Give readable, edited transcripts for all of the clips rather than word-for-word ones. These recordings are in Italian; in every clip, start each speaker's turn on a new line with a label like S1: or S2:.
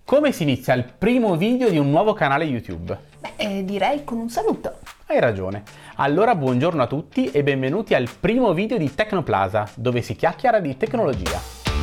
S1: Come si inizia il primo video di un nuovo canale YouTube?
S2: Direi con un saluto.
S1: Hai ragione. Allora buongiorno a tutti e benvenuti al primo video di Tecnoplaza, dove si chiacchiera di tecnologia.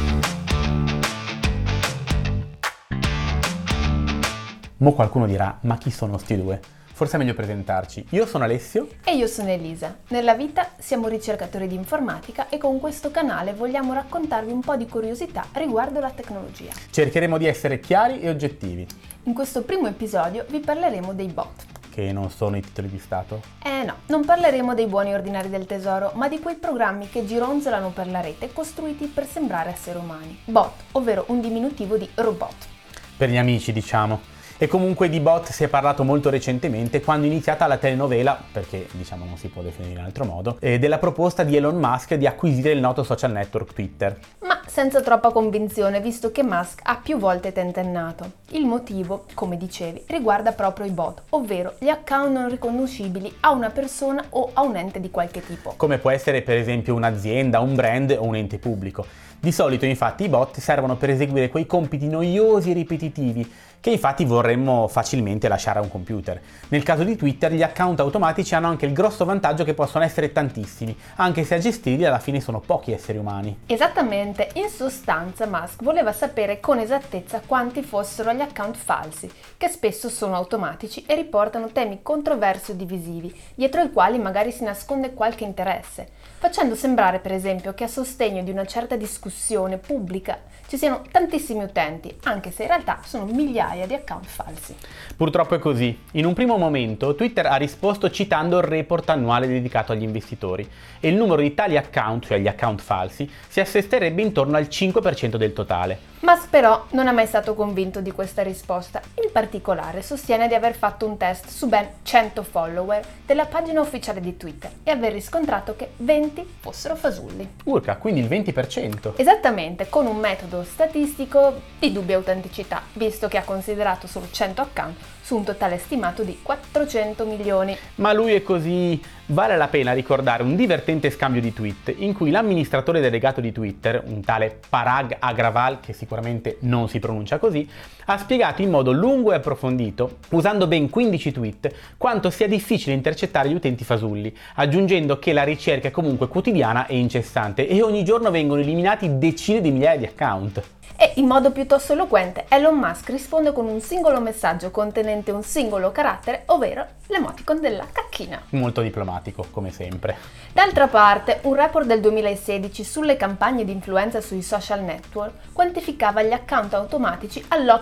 S1: Mo qualcuno dirà, ma chi sono sti due? Forse è meglio presentarci. Io sono Alessio.
S2: E io sono Elisa. Nella vita siamo ricercatori di informatica e con questo canale vogliamo raccontarvi un po' di curiosità riguardo la tecnologia.
S1: Cercheremo di essere chiari e oggettivi.
S2: In questo primo episodio vi parleremo dei bot.
S1: Che non sono i titoli di Stato?
S2: No, non parleremo dei buoni ordinari del tesoro, ma di quei programmi che gironzolano per la rete costruiti per sembrare esseri umani. Bot, ovvero un diminutivo di robot.
S1: Per gli amici, diciamo. E comunque di bot si è parlato molto recentemente quando è iniziata la telenovela, perché diciamo non si può definire in altro modo, della proposta di Elon Musk di acquisire il noto social network Twitter.
S2: Ma senza troppa convinzione, visto che Musk ha più volte tentennato. Il motivo, come dicevi, riguarda proprio i bot, ovvero gli account non riconoscibili a una persona o a un ente di qualche tipo.
S1: Come può essere per esempio un'azienda, un brand o un ente pubblico. Di solito infatti i bot servono per eseguire quei compiti noiosi e ripetitivi che infatti vorremmo facilmente lasciare a un computer. Nel caso di Twitter gli account automatici hanno anche il grosso vantaggio che possono essere tantissimi, anche se a gestirli alla fine sono pochi esseri umani.
S2: Esattamente, in sostanza Musk voleva sapere con esattezza quanti fossero gli account falsi, che spesso sono automatici e riportano temi controversi o divisivi, dietro i quali magari si nasconde qualche interesse, facendo sembrare per esempio che a sostegno di una certa discussione pubblica ci siano tantissimi utenti, anche se in realtà sono migliaia di account falsi.
S1: Purtroppo è così. In un primo momento Twitter ha risposto citando il report annuale dedicato agli investitori e il numero di tali account, cioè gli account falsi, si assesterebbe intorno al 5% del totale.
S2: Musk però non è mai stato convinto di questa risposta. In particolare sostiene di aver fatto un test su ben 100 follower della pagina ufficiale di Twitter e aver riscontrato che 20 fossero fasulli.
S1: Urca, quindi il 20%.
S2: Esattamente, con un metodo statistico di dubbia autenticità, visto che ha considerato solo 100 account su un totale stimato di 400 milioni.
S1: Ma lui è così. Vale la pena ricordare un divertente scambio di tweet in cui l'amministratore delegato di Twitter, un tale Parag Agrawal, che sicuramente non si pronuncia così, ha spiegato in modo lungo e approfondito, usando ben 15 tweet, quanto sia difficile intercettare gli utenti fasulli, aggiungendo che la ricerca è comunque quotidiana e incessante e ogni giorno vengono eliminati decine di migliaia di account.
S2: E in modo piuttosto eloquente Elon Musk risponde con un singolo messaggio contenente un singolo carattere, ovvero l'emoticon della cacchina.
S1: Molto diplomatico, come sempre.
S2: D'altra parte, un report del 2016 sulle campagne di influenza sui social network quantificava gli account automatici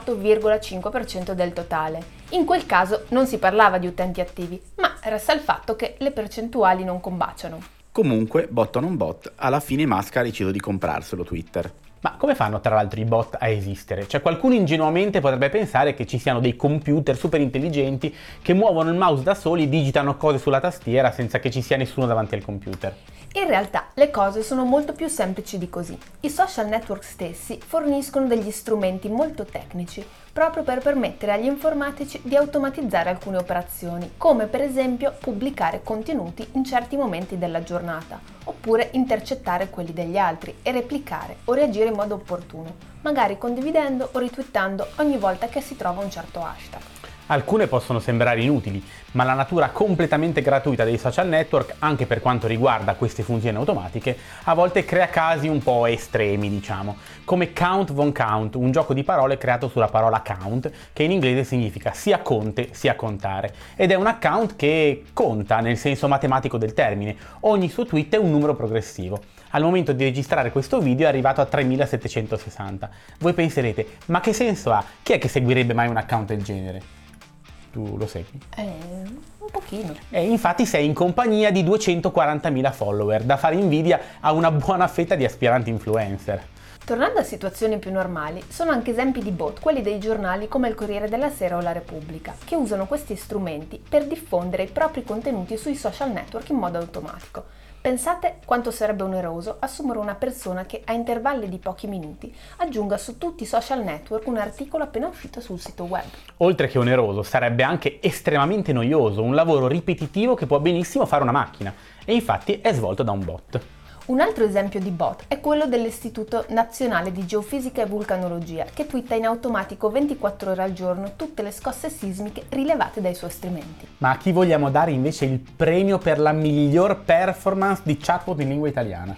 S2: all'8,5% del totale. In quel caso non si parlava di utenti attivi, ma resta il fatto che le percentuali non combaciano.
S1: Comunque, bot o non bot, alla fine Musk ha deciso di comprarselo Twitter. Ma come fanno tra l'altro i bot a esistere? Cioè qualcuno ingenuamente potrebbe pensare che ci siano dei computer super intelligenti che muovono il mouse da soli e digitano cose sulla tastiera senza che ci sia nessuno davanti al computer.
S2: In realtà le cose sono molto più semplici di così. I social network stessi forniscono degli strumenti molto tecnici proprio per permettere agli informatici di automatizzare alcune operazioni, come per esempio pubblicare contenuti in certi momenti della giornata, oppure intercettare quelli degli altri e replicare o reagire in modo opportuno, magari condividendo o retweetando ogni volta che si trova un certo hashtag.
S1: Alcune possono sembrare inutili, ma la natura completamente gratuita dei social network, anche per quanto riguarda queste funzioni automatiche, a volte crea casi un po' estremi, diciamo, come Count Von Count, un gioco di parole creato sulla parola count, che in inglese significa sia conte sia contare, ed è un account che conta nel senso matematico del termine, ogni suo tweet è un numero progressivo. Al momento di registrare questo video è arrivato a 3760. Voi penserete, ma che senso ha? Chi è che seguirebbe mai un account del genere? Tu lo segui?
S2: Un pochino.
S1: E infatti sei in compagnia di 240.000 follower, da fare invidia a una buona fetta di aspiranti influencer.
S2: Tornando a situazioni più normali, sono anche esempi di bot quelli dei giornali come il Corriere della Sera o La Repubblica, che usano questi strumenti per diffondere i propri contenuti sui social network in modo automatico. Pensate quanto sarebbe oneroso assumere una persona che a intervalli di pochi minuti aggiunga su tutti i social network un articolo appena uscito sul sito web.
S1: Oltre che oneroso, sarebbe anche estremamente noioso, un lavoro ripetitivo che può benissimo fare una macchina, e infatti è svolto da un bot.
S2: Un altro esempio di bot è quello dell'Istituto Nazionale di Geofisica e Vulcanologia, che twitta in automatico 24 ore al giorno tutte le scosse sismiche rilevate dai suoi strumenti.
S1: Ma a chi vogliamo dare invece il premio per la miglior performance di chatbot in lingua italiana?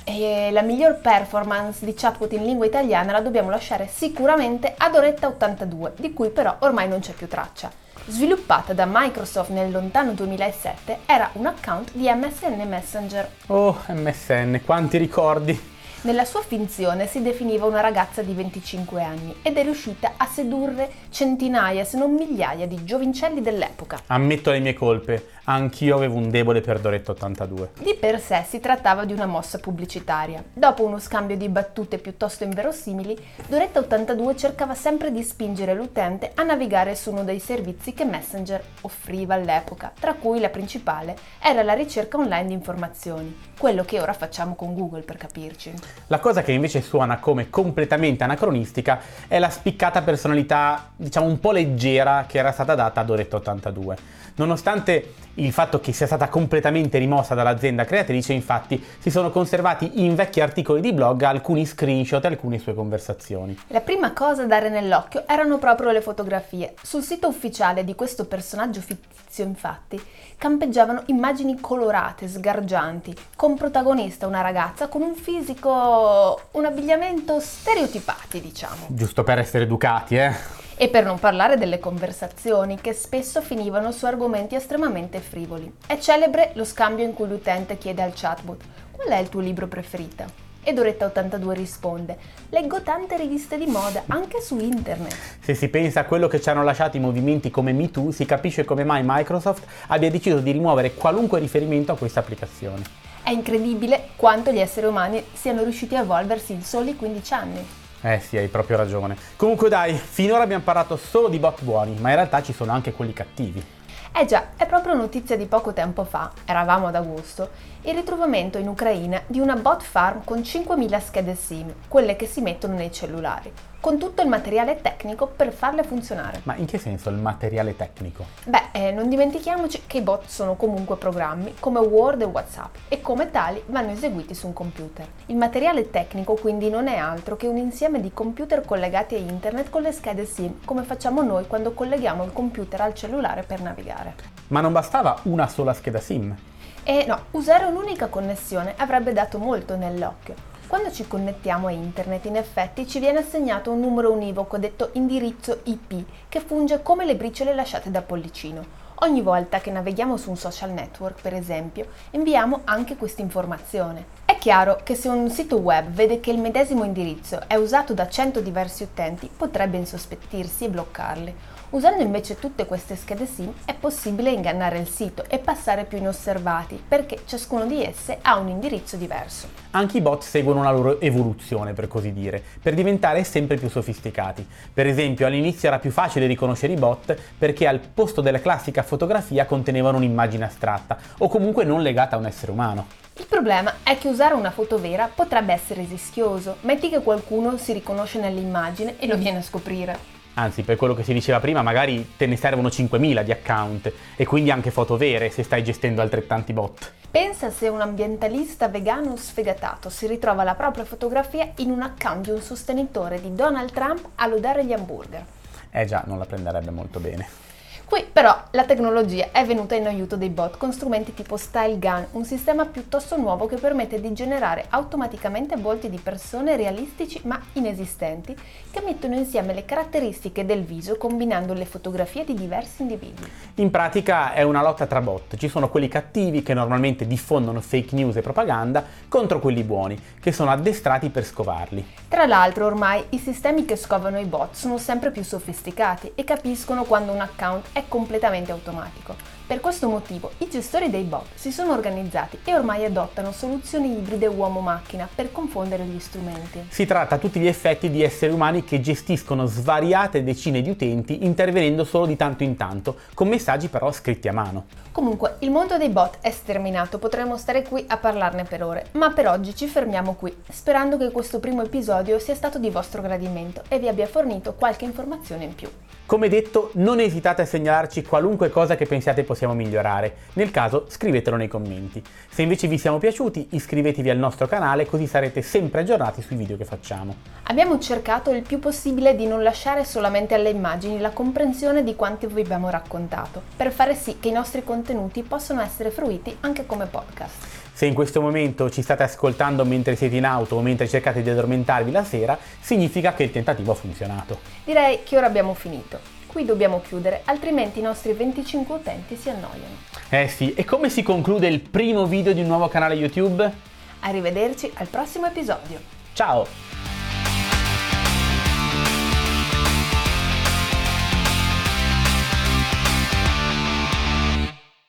S2: La miglior performance di chatbot in lingua italiana la dobbiamo lasciare sicuramente ad Oretta82, di cui però ormai non c'è più traccia. Sviluppata da Microsoft nel lontano 2007, era un account di MSN Messenger.
S1: Oh, MSN, quanti ricordi!
S2: Nella sua finzione si definiva una ragazza di 25 anni ed è riuscita a sedurre centinaia, se non migliaia, di giovincelli dell'epoca.
S1: Ammetto le mie colpe, anch'io avevo un debole per Doretta82.
S2: Di per sé si trattava di una mossa pubblicitaria. Dopo uno scambio di battute piuttosto inverosimili, Doretta82 cercava sempre di spingere l'utente a navigare su uno dei servizi che Messenger offriva all'epoca, tra cui la principale era la ricerca online di informazioni, quello che ora facciamo con Google per capirci.
S1: La cosa che invece suona come completamente anacronistica è la spiccata personalità, diciamo un po' leggera, che era stata data a Doretta82. Nonostante il fatto che sia stata completamente rimossa dall'azienda creatrice, infatti, si sono conservati in vecchi articoli di blog alcuni screenshot e alcune sue conversazioni.
S2: La prima cosa da dare nell'occhio erano proprio le fotografie. Sul sito ufficiale di questo personaggio fittizio, infatti, campeggiavano immagini colorate, sgargianti, con protagonista una ragazza con un fisico, un abbigliamento stereotipati, diciamo.
S1: Giusto per essere educati,
S2: E per non parlare delle conversazioni, che spesso finivano su argomenti estremamente frivoli. È celebre lo scambio in cui l'utente chiede al chatbot: qual è il tuo libro preferito? E Doretta82 risponde: leggo tante riviste di moda, anche su internet.
S1: Se si pensa a quello che ci hanno lasciato i movimenti come Me Too, si capisce come mai Microsoft abbia deciso di rimuovere qualunque riferimento a questa applicazione.
S2: È incredibile quanto gli esseri umani siano riusciti a evolversi in soli 15 anni.
S1: Sì, hai proprio ragione. Comunque dai, finora abbiamo parlato solo di bot buoni, ma in realtà ci sono anche quelli cattivi.
S2: Già, è proprio notizia di poco tempo fa, eravamo ad agosto, il ritrovamento in Ucraina di una bot farm con 5.000 schede SIM, quelle che si mettono nei cellulari, con tutto il materiale tecnico per farle funzionare.
S1: Ma in che senso il materiale tecnico?
S2: Non dimentichiamoci che i bot sono comunque programmi come Word e WhatsApp e come tali vanno eseguiti su un computer. Il materiale tecnico quindi non è altro che un insieme di computer collegati a internet con le schede SIM, come facciamo noi quando colleghiamo il computer al cellulare per navigare.
S1: Ma non bastava una sola scheda SIM?
S2: No, usare un'unica connessione avrebbe dato molto nell'occhio. Quando ci connettiamo a internet, in effetti, ci viene assegnato un numero univoco detto indirizzo IP, che funge come le briciole lasciate da Pollicino. Ogni volta che navighiamo su un social network, per esempio, inviamo anche questa informazione. È chiaro che se un sito web vede che il medesimo indirizzo è usato da 100 diversi utenti, potrebbe insospettirsi e bloccarli. Usando invece tutte queste schede SIM è possibile ingannare il sito e passare più inosservati, perché ciascuno di esse ha un indirizzo diverso.
S1: Anche i bot seguono una loro evoluzione, per così dire, per diventare sempre più sofisticati. Per esempio, all'inizio era più facile riconoscere i bot perché al posto della classica fotografia contenevano un'immagine astratta o comunque non legata a un essere umano.
S2: Il problema è che usare una foto vera potrebbe essere rischioso. Metti che qualcuno si riconosce nell'immagine e lo viene a scoprire.
S1: Anzi, per quello che si diceva prima, magari te ne servono 5.000 di account e quindi anche foto vere se stai gestendo altrettanti bot.
S2: Pensa se un ambientalista vegano sfegatato si ritrova la propria fotografia in un account di un sostenitore di Donald Trump a lodare gli hamburger.
S1: Già, non la prenderebbe molto bene.
S2: Qui però la tecnologia è venuta in aiuto dei bot con strumenti tipo StyleGAN, un sistema piuttosto nuovo che permette di generare automaticamente volti di persone realistici ma inesistenti, che mettono insieme le caratteristiche del viso combinando le fotografie di diversi individui.
S1: In pratica è una lotta tra bot. Ci sono quelli cattivi che normalmente diffondono fake news e propaganda contro quelli buoni, che sono addestrati per scovarli.
S2: Tra l'altro ormai i sistemi che scovano i bot sono sempre più sofisticati e capiscono quando un account è completamente automatico. Per questo motivo i gestori dei bot si sono organizzati e ormai adottano soluzioni ibride uomo-macchina per confondere gli strumenti.
S1: Si tratta a tutti gli effetti di esseri umani che gestiscono svariate decine di utenti intervenendo solo di tanto in tanto, con messaggi però scritti a mano.
S2: Comunque, il mondo dei bot è sterminato, potremmo stare qui a parlarne per ore, ma per oggi ci fermiamo qui, sperando che questo primo episodio sia stato di vostro gradimento e vi abbia fornito qualche informazione in più.
S1: Come detto, non esitate a segnalarci qualunque cosa che pensiate possiamo migliorare, nel caso scrivetelo nei commenti. Se invece vi siamo piaciuti, iscrivetevi al nostro canale così sarete sempre aggiornati sui video che facciamo.
S2: Abbiamo cercato il più possibile di non lasciare solamente alle immagini la comprensione di quanto vi abbiamo raccontato, per fare sì che i nostri contenuti possano essere fruiti anche come podcast.
S1: Se in questo momento ci state ascoltando mentre siete in auto o mentre cercate di addormentarvi la sera, significa che il tentativo ha funzionato.
S2: Direi che ora abbiamo finito. Qui dobbiamo chiudere, altrimenti i nostri 25 utenti si annoiano.
S1: Eh sì, e come si conclude il primo video di un nuovo canale YouTube?
S2: Arrivederci al prossimo episodio.
S1: Ciao!